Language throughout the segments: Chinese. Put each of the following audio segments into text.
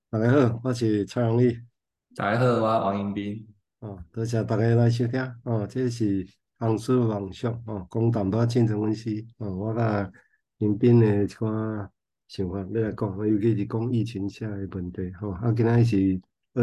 大家好，我是蔡荣义。 大家好，我王迎宾。 多谢大家来收听。这是红书网上讲淡薄仔政治分析。我甲迎宾的一寡想法要来讲，尤其是讲疫情下的问题。今仔是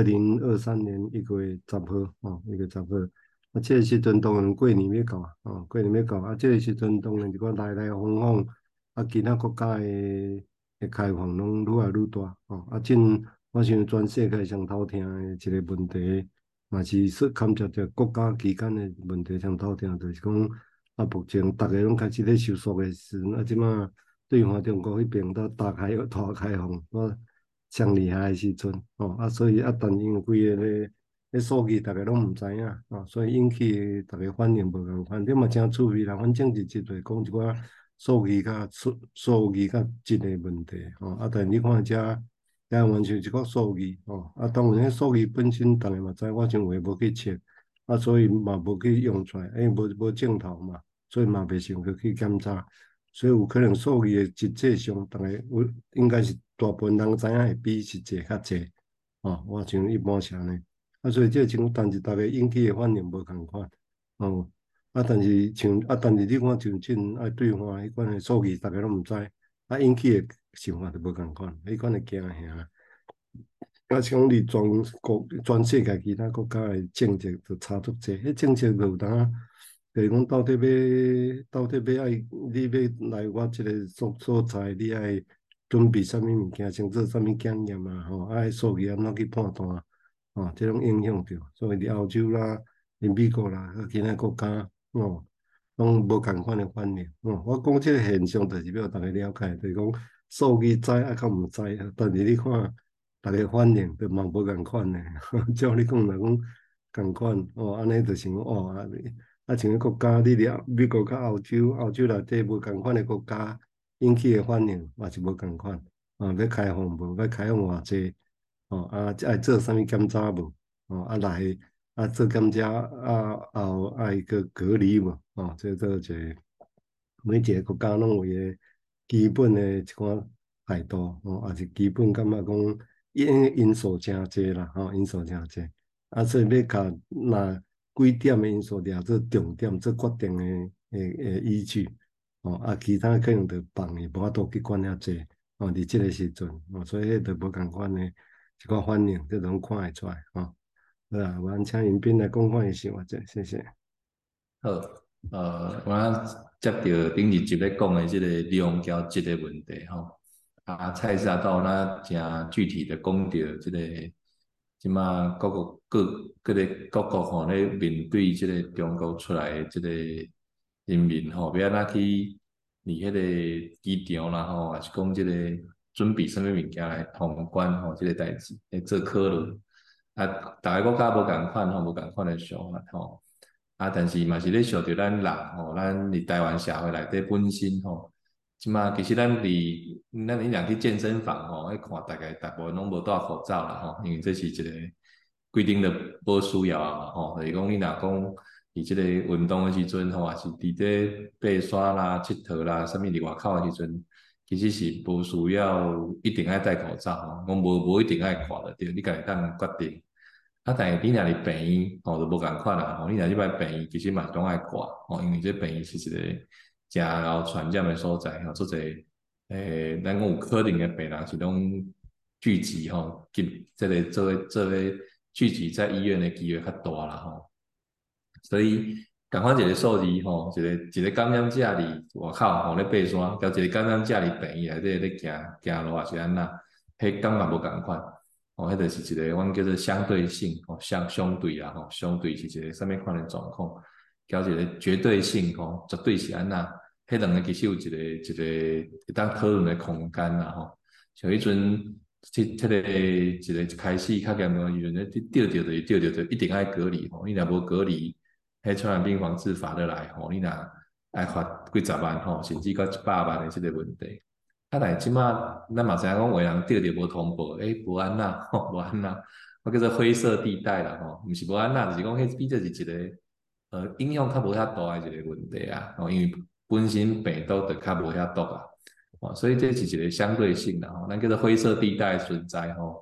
2023年1月10号，1月10号。这个时阵当然过年要到过年要到这个时阵当然一个来来往往，其他国家的开放拢愈来愈大。我想全世界上头疼的一个问题，嘛是说牵涉着国家之间的问题上头疼，就是讲目前大家拢开始咧收缩的时阵，即马对方中国迄边都大开放，上厉害的时阵，所以但因为规个咧数据大家拢毋知影，所以引起大家反应无共款，这嘛真趣味啦。反正是一类讲一寡数据甲质的问题，但你看遮完全是一个数据，当然迄数据本身，逐个嘛知，我想话无去测，所以嘛无去用出来，无证头嘛，所以嘛袂想去检查，所以有可能数据的实际上，逐个有应该是大部分人知影会比实际较济，我想一般是安尼，所以这个情况，但是逐个引起的反应无共款，哦，但是你看像阵对方迄款的数据，逐个拢毋知，引起的想法就无共款，迄款的惊吓。啊，像你全世界其他国家的政策就差足济，迄政策就有当，就是讲到底要你要来我即个所在，你爱准备啥物物件，先做啥物检验啊，数据安怎去判断啊，这种影响着，所以伫欧洲啦、伫美国啦，其他国家，拢无共款的反应。我讲即个现象，就是要大家了解，就是讲数据知较毋知，但是你看。大家反应就嘛无共款呢。照你讲来讲共款，安尼就想像个国家，你了美国甲欧洲内底无共款的国家引起的反应嘛是无共款，要开放无？要开放偌济？爱做啥物检查无？来做检查后爱个隔离无？这个每一个国家拢有伊个基本的一寡态度，也是基本感觉讲，因素真济啦，因素真济。所以要甲几点的因素抓做重点，做决定的依据。其他可能就放的无法度去管遐济。伫即个时阵，所以迄就无共款的一个反应，这拢看会出来。好啦，我请迎宾来讲看伊想法者，谢谢。 好，我接到顶一集咧讲的这个利用交集的问题吼，蔡司都有真具体的讲到这个，即马各国吼咧面对这个中国出来的这个人民吼，要安怎去离迄个机场啦吼，还是讲这个准备什么物件来通关吼，这个代志来做考虑。逐个国家无共款吼，无共款的想法吼。但是嘛是咧想着咱人吼，咱伫台湾社会内底本身吼，即马其实咱俩去健身房吼，迄看大部分拢无戴口罩啦吼，因为这是一个规定的无需要啊嘛吼，就是讲你若讲伫即个运动的时阵吼，还是伫咧爬山啦、佚佗啦，啥物伫外口的时阵，其实是无需要一定爱戴口罩吼，我无一定爱看着对，你家己当决定。但是你若是病院，就无共款啦。你若即摆病院，其实嘛是拢爱挂，因为这病院是一个真够传染的所在，做者咱讲有可能的病人是拢聚集这个做聚集在医院的机会较大啦所以共款一个数字一个感染者伫外口咧爬山，甲一个感染者伫病院内底咧行路也是安那，迄感觉无共款。迄就是一个阮叫做相对性，相对啦，相对是一个什么款的状况，交一个绝对性，绝对是安那，迄两个其实有一个会当讨论的空间啦，像迄阵，个一个一开始较严重的时阵，钓着就一定爱隔离，你若无隔离，迄传染病防治法得来，你若爱罚几十万，甚至到100万的即个问题。但即马咱嘛知影讲，有人钓着无通报，无安那，无安那，我叫做灰色地带啦，毋是无安那，就是讲迄比做是一个影响较无遐大的一个问题啊，因为本身病毒就较无遐毒啊，所以这是一个相对性啦，咱叫做灰色地带的存在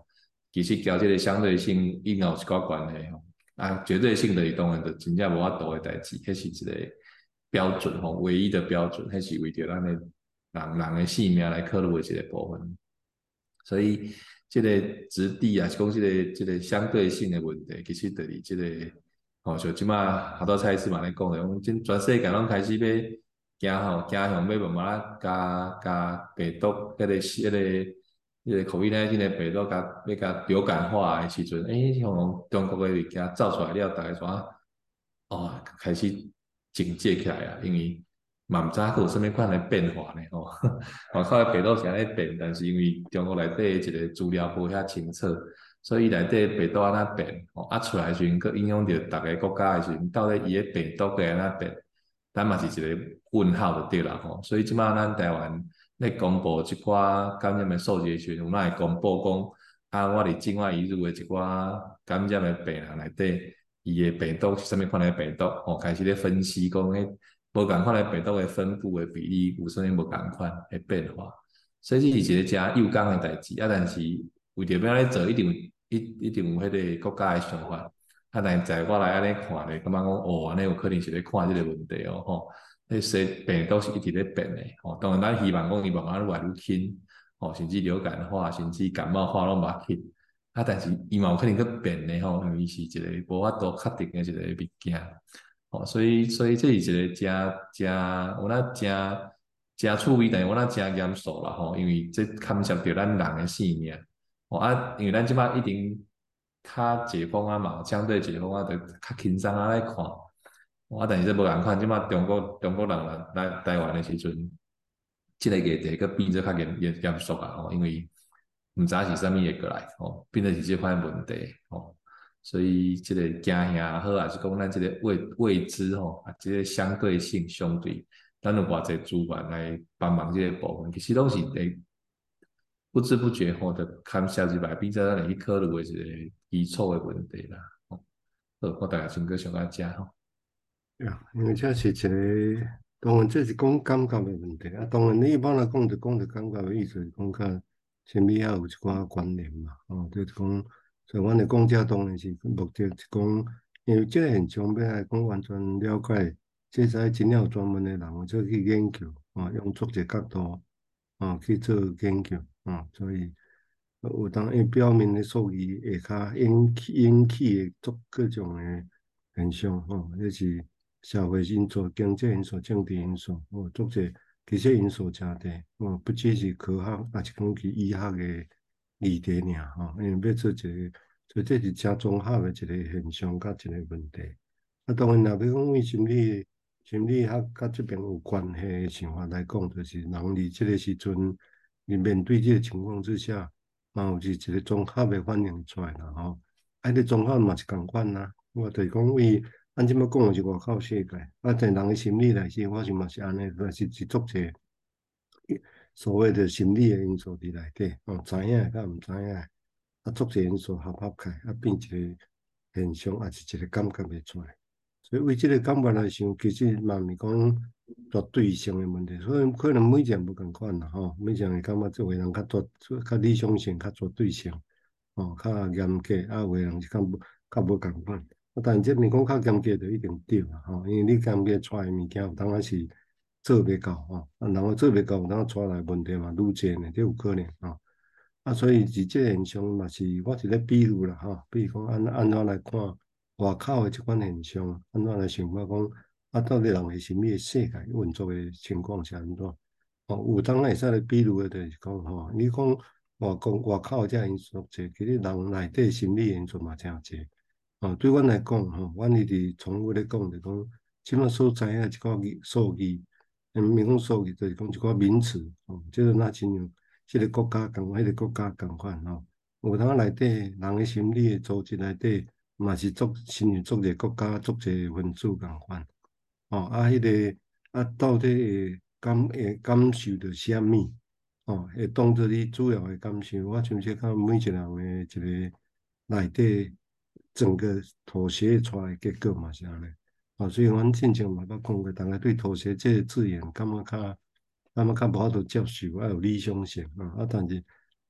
其实交这个相对性应该有一寡关系吼。啊，绝对性的当然就真正无法度的代志，迄是一个标准吼，唯一的标准，迄是为着咱的人的性命来考虑的一个部分。所以，这个质地啊，是讲这个相对性的问题，其实就是这个，哦，像即马好多菜市嘛咧讲的，讲全世界拢开始行向要慢慢加病毒，迄个 COVID-19 的病毒要流感化的时阵，像中国的物件造出来了，大家说开始警戒起来啊，因为嘛毋知影有啥物款的变化呢吼。哦，看来病毒是安尼变，但是因为中国内底一个资料无遐清楚，所以内底病毒安怎变，出来的时阵，佮影响着逐个国家的时阵，到底伊的病毒会安怎变，咱嘛是一个问号就对啦吼。所以即摆咱台湾咧公布一寡感染的数字的时阵，有哪会公布讲我伫境外移入的一寡感染的病人内底，伊的病毒是啥物款的病毒，开始咧分析讲迄。无共款的病毒的分布的比例有啥物无共款的变化，所以这是一个真有感的代志啊。但是为着要安尼做，一定有迄个国家的想法。啊，但是在我来安尼看咧，感觉讲安尼有可能是咧看即个问题哦吼。迄些病毒是一直咧变的哦。当然，咱希望讲伊慢慢愈来愈轻哦，甚至流感化，甚至感冒化拢无要紧。啊，但是伊嘛有可能去变的吼，因为是一个无法度确定的一个物件。哦，所以这是一个有那真趣味，但是有那真严肃啦吼，因为这牵涉到咱人的性命。哦因为咱即摆一定较解封啊嘛，相对解封啊，就较轻松啊来看。但是这无共款，即摆中国人来台湾的时阵，即个议题佮变做较严肃啊吼，因为毋知是啥物会过来吼，变做是即款问题吼。所以这个惊吓好，还是讲咱这个未知吼，这个相对性相对，咱有偌济资源来帮忙这个部分，其实拢是会不知不觉吼的看下入来，变做咱会去考虑的一个基础的问题啦。好，我大概先个想到遮吼。 对啊，因为这是一个，当然这是讲感觉的问题啊。当然你一般来讲，就讲着感觉的意思，讲甲心理学有一寡关联嘛。哦，就是讲，所以阮的讲这当然是目的是讲，因为这个现象要来讲完全了解，这是真正有专门的人做去研究，用作者角度去做研究，所以有当伊表面的数字会较引起的各种的现象，这是。社会因素、经济因素、政治因素，作者其实因素真多，不只是科学，也是讲去医学的议题尔，因为要做一个，所以这是真综合的一个现象，甲一个问题。啊，当然，若要讲为心理学甲这边有关系的想法来讲，就是人伫这个时阵，你面对这个情况之下，是一个综合的反应出来啦，啊，你综合嘛是共款啦，我就是讲为。咱即摆讲的是外口世界，在人的心理来说，我想嘛是安尼，是足者所谓的心理的因素伫内底，知影甲毋知影，足者因素合起，变一个现象，也是一个感觉会出来。所以为即个感觉来想，其实嘛毋是讲绝对性的问题，所以可能每一个人无共款啦，每一个人会感觉即个人较理想性、较绝对性，较严格，有的人是较无共款。但是这面讲较严格就一定对啦，因为你严格出来的物件，有当然是做袂到，然后做袂到，有当出来问题嘛，愈济呢，这有可能，所以是这现象嘛是，我是咧比喻啦，比如讲安怎来看外口的即款现象，安怎来想法讲，到底人的心理世界运作的情况是安怎？有当会使来比喻的，就是讲，你讲外口这因素济，其实人内底心理因素嘛真济。对阮来讲，阮一直从我咧讲，就讲，即摆所知影一寡数字，毋是讲数字，就是讲一寡名词，即个若亲像，即个国家共迄个国家共款，有当内底人诶心理诶组织内底，嘛是亲像足个国家、足个分子共款，迄个到底会感受着啥物？会当作你主要诶感受，我想这看每一个人诶一个内底。整个妥协出来结果嘛是安尼，所以阮之前嘛捌讲过，大家对妥协这个字眼感觉较无法度接受，要有理想性但是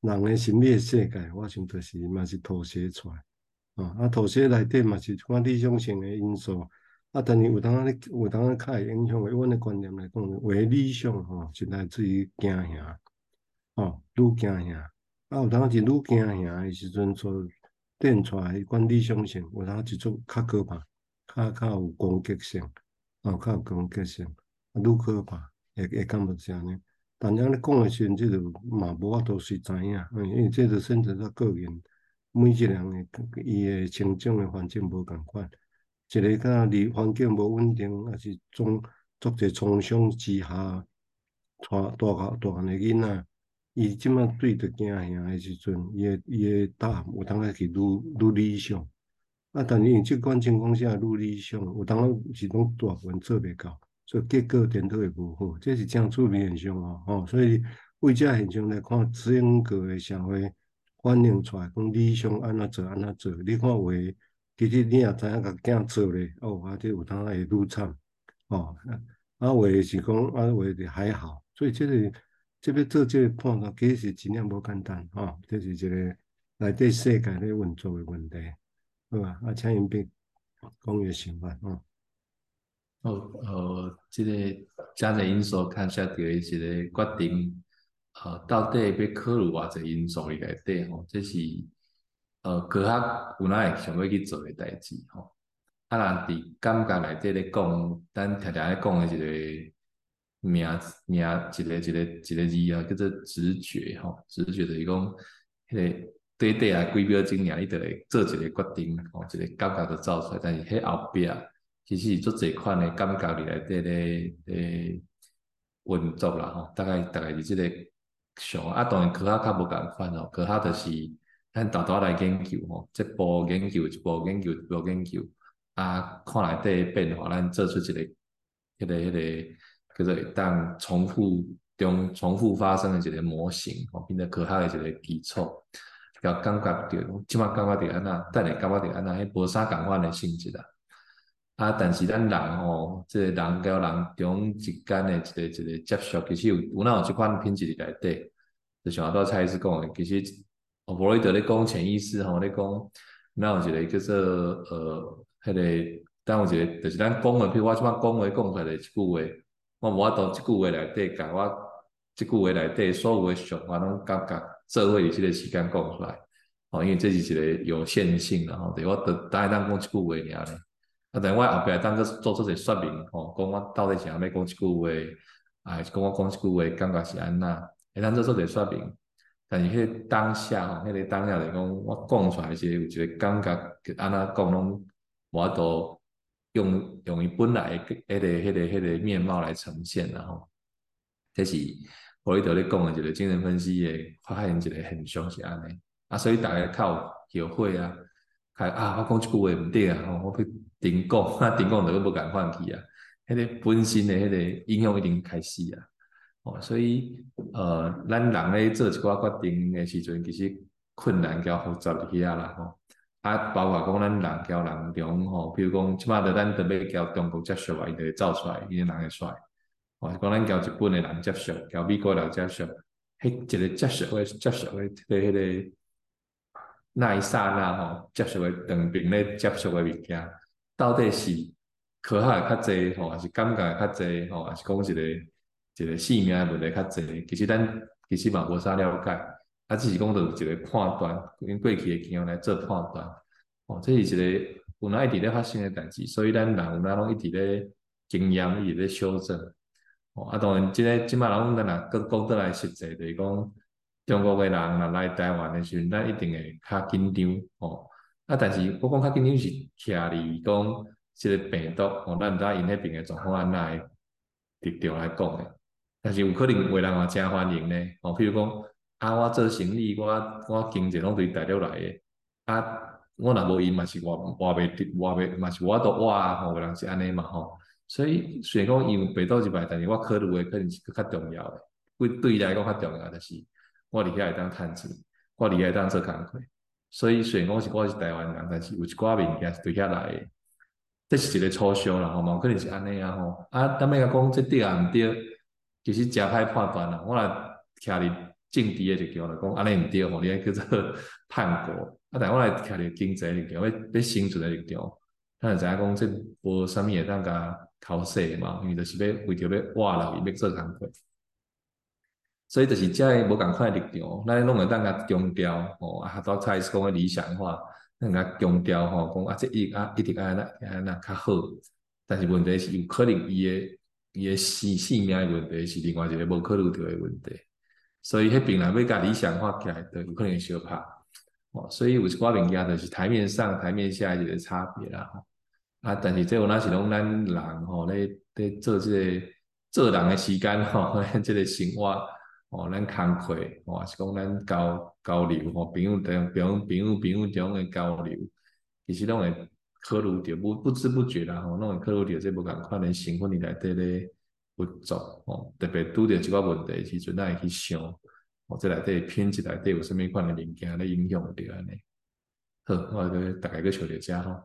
人的心理的世界，我想就是嘛是妥协出来。妥协内底嘛是看理想性的因素，但是有当啊较会影响的，阮的观念来讲，为理想是来自于惊吓，愈惊吓，有当是愈惊吓的时阵所变出来迄款理想性，有当一种较可怕，较有攻击性，较有攻击性，愈可怕，会感觉是安尼。但是安尼讲的时阵，这就嘛无法度随知影，因为这就牵扯到个人，每一个人的伊的成长的环境无共款，一个甲离环境无稳定，也是作者创伤之下，大汉的囡仔，伊即马对着惊吓的时阵，伊的答案有当去愈理想。但是因即款情况下愈理想，有当是拢大部分做袂到，所以结果颠倒会无好，这是正趣味现象所以为这现象来看，整个的社会反映出来，讲理想安怎做安怎做，你看话，其实你也知影甲囝做咧，这有当会愈惨哦。话是讲话就还好，所以这要做这个判断，其实是真正无简单这是一个内底世界咧运作的问题。好吧，请因别讲伊想法这个加侪因素看下到的一个决定，到底要考虑偌侪因素里内底吼，这是科学有哪会想要去做的代志吼。若伫感觉内底咧讲，咱常常咧讲的一个名一个字啊，叫做直觉吼。直觉就是讲，迄个短短啊几秒钟尔，你就会做一个决定吼，一个感觉就走出来。但是迄后壁其实是做侪款的感觉里内底咧运作啦吼。大概是即个上当然科学较无共款吼，科学就是咱大大来研究吼，一步研究一步研究一步研究。看内底的变化，咱做出一个、迄个叫做会当重复发生的一个模型，变成科学的一个基础。要感觉到，即马感觉到安那，等下感觉到安那，迄无啥共款的性质啦。但是咱人即个人交人中之间的一个接触，其实有哪有即款品质伫内底？就像拄蔡医师讲的，其实弗洛伊德咧讲潜意识咧讲，哪有一个叫做迄个，等有一个，就是咱讲的，譬如我即摆讲话讲出来的一句话，我无法度即句话内底，甲我即句话内底所有的想法拢感觉做伙伫即个时间讲出来，因为这是一个有限性啦，对，我单当讲一句话尔咧，但是我后壁当个做出一个说明，讲我到底是安要讲即句话，讲我讲即句话感觉是安那，会当做一个说明。但是迄个当下迄个当下来讲，我讲出来是有一个感觉，安怎讲拢无法度用伊本来的迄个面貌来呈现啦吼。这是弗洛伊德咧讲的一个精神分析的发现一个现象是安尼。所以大家较有后悔啊，我讲即句话毋对啊，我去停讲，停讲就无共款去啊。迄个本身的迄个影响已经开始啊。所以咱人咧做一寡决定的时阵，其实困难甲复杂伫遐啦吼。包括讲咱人交人中比如讲，即摆咱特别交中国接触啊，伊就会走出来，伊个人会出来。是讲咱交日本的人接触，交美国人接触，迄一个接触的迄个那一刹那接触的两边咧接触的物件，到底是科学较济还是感觉较济还是讲一个性命的问题较济？其实嘛无啥了解，只是讲着一个判断，用过去的经验来做判断。这是一个有哪一直咧发生的代志，所以咱人有哪拢一直咧经验，一直咧修正。当然，即摆人咱若讲倒来实际，就是讲中国的人若来台湾的时阵，咱一定会较紧张但是我讲较紧张是徛伫讲即个病毒咱毋知因迄边的状况安怎会直着来讲的。但是有可能有的人也真欢迎呢。譬如讲我做生意，我经济拢对大陆来的我若无因嘛是活袂嘛是我都活有人是安尼嘛所以虽然讲伊有病毒入来，但是我考虑的可能是较重要的。对伊来讲较重要，就是我伫遐会当趁钱，我伫遐会当做工课。所以虽然讲我是台湾人，但是有一寡物件是对遐来的，这是一个初想啦嘛，可能是安尼咱要甲讲这对啊毋对，其实真歹判断啦。我若徛伫政治的立场来讲，安尼毋对吼，你爱叫做叛国。啊，但我来徛着经济的立场，要生存的立场，咱就知影讲这无啥物会当甲偷势嘛，因为就是要为着要活落去，要做工课。所以就是遮个无共款的立场，咱拢会当甲强调吼，啊，拄蔡司讲的理想化，咱甲强调吼，讲啊，这一定安那较好。但是问题是有可能伊的性命的问题是另外一个无考虑到的问题，所以迄边若要甲理想化起来，就有可能会相拍。哦，所以有一寡物件就是台面上、台面下一个差别啦。啊，但是这有那是拢咱人吼咧做这个做人的时间吼，这个生活吼，咱工课吼，是讲咱交流吼，朋友中的交流，其实拢会考虑到不知不觉啦吼，拢会考虑到这无共款的成分里内底咧运作吼，特别拄着即个问题时阵，咱会去想，哦，这内底品质内底有啥物款的物件咧影响着安尼。好，我大概去找着遮吼。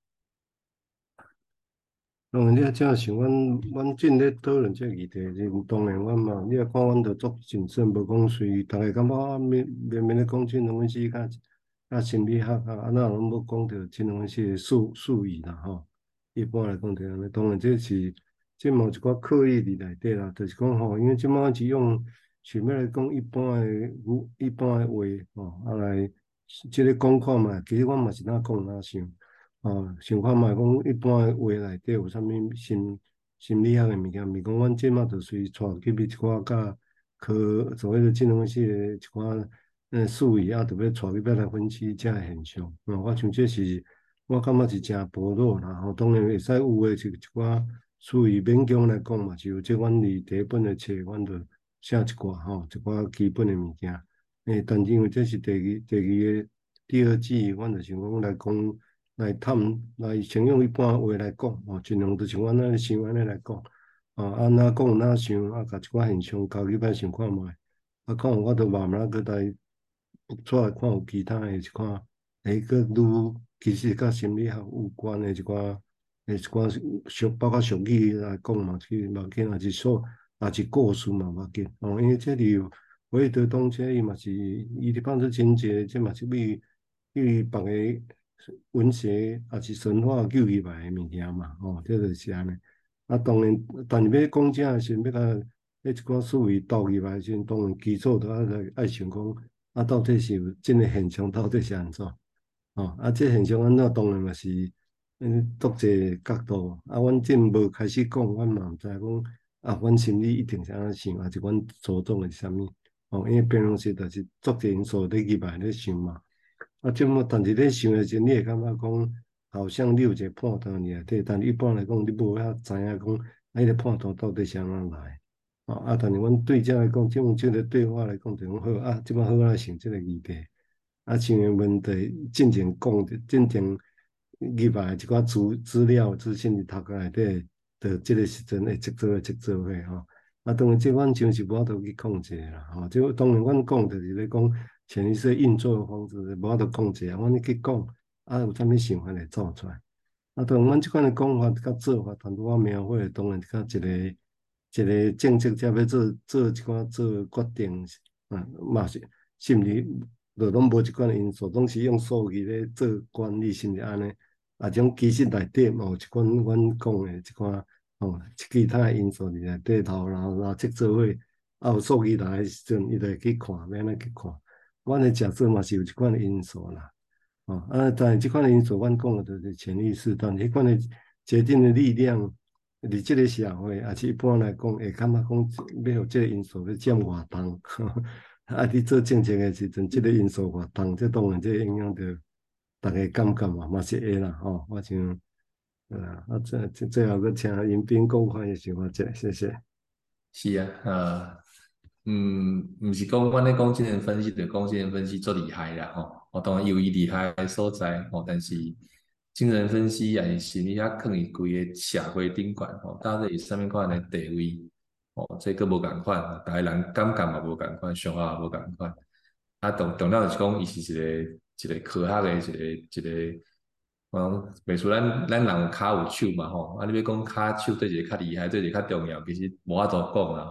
当然，你啊，正像阮正咧讨论这个议题时，当然阮嘛，你啊看，阮着足谨慎，无讲随逐个感觉啊，面咧讲这两分析较心理学啊，啊那拢要讲着这两分析的术语啦吼。一般来讲就安尼，当然这嘛有一寡刻意伫内底啦，就是讲吼，因为即摆是用想要来讲一般的话吼，啊来即个讲看嘛，其实阮嘛是哪讲哪想。哦，想看卖讲一般的话内底有啥物心理学的物件，毋是讲阮即马就随带去一寡甲所谓的金融系的一寡术语啊，特别带去要来分析遮个现象。我像这是我感觉是诚薄弱啦。吼，当然会使有诶是一寡术语勉强来讲嘛，就即阮伫第一本的册，阮就写一寡吼，一寡基本的物件。但因为这是第二个第二季，阮就想讲来讲。来先用一般话来讲，哦，尽量就像阮安尼想安尼来讲，哪讲哪想，甲一寡现象交入来想看觅，讲有我就慢慢去来出来看有其他的一寡，个愈其实甲心理学有关的一寡包括俗语来讲嘛，去嘛紧，也是故事嘛嘛紧，因为这里有韦德东这伊嘛是伊咧放出情节，这嘛是别个。文学也是神话救起来的物件嘛，这就是安尼。啊，当然，但是要讲正的时阵，要甲迄一寡术语倒入来时阵，当然基础都爱想讲，到底是有真个现象，到底是安怎？这现象安怎？当然嘛是，多一个角度。阮真无开始讲，阮嘛毋知讲，阮心里一定是安尼想，还是阮所种的是啥物？因为平常时就是足侪因素咧入来咧想嘛。即么，但是咧想诶时，你会感觉讲，好像你有一个判断尔对，但一般来讲，你无遐知影讲，迄个判断到底是安怎来？但是阮对遮来讲，即个对话来讲，就讲好即摆好来想即个议题，想诶问题，进前入来一寡资料资讯伫头壳内底，就即个时阵会积做伙吼。当然，即阮像是无法度去控制啦，即当然，阮讲就是咧讲。潜意识运作的方式，无法度控制啊！阮你去讲，有啥物想法会做出来？当然，阮即款的讲法甲做法，谈拄仔描绘，当然甲一个政策，才要做一寡做决定，嘛是甚至就拢无即款的因素，拢是用数据咧做管理，甚至安尼。种其实内底嘛有一款阮讲的一款其他的因素伫内底头，然后积做伙，有数据来的时阵，伊就会去看，要安尼去看。阮的假设嘛是有一款的因素啦，但是这款的因素，阮讲的就是潜意识，但迄款的决定的力量，伫即个社会，也是一般来讲，会感觉讲要有即个因素要占偌重，你做政策的时阵，即个因素偌重，这当然这影响到大家感觉嘛是会啦，我想，最后搁请尹斌讲看伊想法者，谢谢。 是啊，毋是讲阮咧讲精神分析，就讲精神分析足厉害啦吼。当然有伊厉害的所在吼，但是精神分析也是心理学囥伫规个社会顶悬吼，到底是啥物款的地位？这个无共款，逐个人感觉嘛无共款，想法也无共款。重要就是讲，伊是一个科学的一个，袂输咱人骹有手嘛吼，你要讲骹手对一个较厉害，对一个较重要，其实无法度讲啦吼。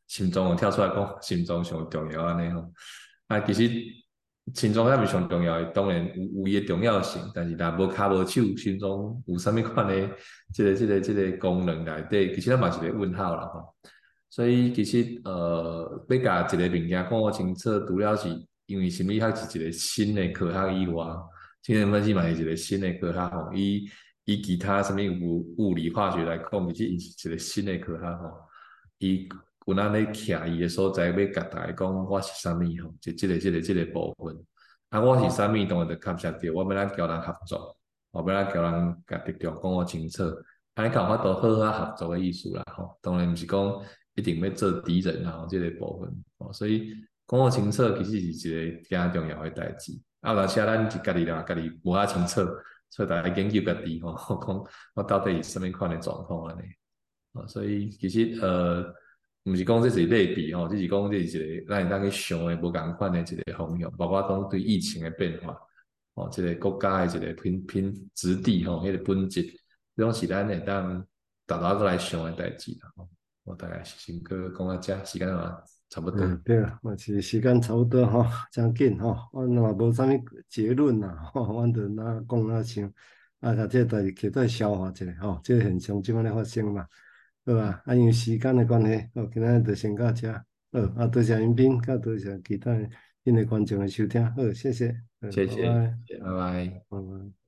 心脏有跳出来讲心脏上重要安尼吼。啊，其实心脏还毋是上重要的，当然有伊的重要性，但是若无骹无手，心脏有啥物款的即个功能内底，其实咱嘛是一个问号啦吼。所以其实要甲一个物件讲好清楚，除了是因为心理学是一个新的科学以外，精神分析嘛是一个新的科学吼，以其他什么物理化学来讲，其实伊是一个新的科学吼，伊有咱咧徛伊的所在，要甲大家讲我是啥物吼，就即个部分。啊，我是啥物，当然就吸收着，我要咱交人合作，我要咱交人甲特长讲好清楚，安尼才有法度好好合作的意思啦吼。当然毋是讲一定要做敌人啊，即个部分哦，所以讲好清楚其实是一个诚重要的代志。啊，有时咱是家己啦，家己无遐清楚，所以大家研究家己吼，讲我到底是啥物款的状况安尼。啊，所以其实毋是讲这是类比吼，只是讲这是一个咱会当去想的无共款的一个方向，包括讲对疫情的变化，哦，这个国家的一个品质地吼，迄个本质，这种是咱会当大大过来想的代志啦。吼，我大概是先去讲到这，时间嘛差不多。 嗯，对啊，嘛是时间差不多吼，真紧吼，阮嘛无啥物结论啦，吼，阮就哪讲哪想，啊，甲这个代志摕倒消化一下吼，这个现象即摆咧发生嘛，好吧？啊，因为时间的关系，哦，今仔日就先到这，好，啊，多谢迎宾，甲多谢其他恁的观众的收听，好，谢谢，拜谢谢， 拜， 拜拜。 拜拜。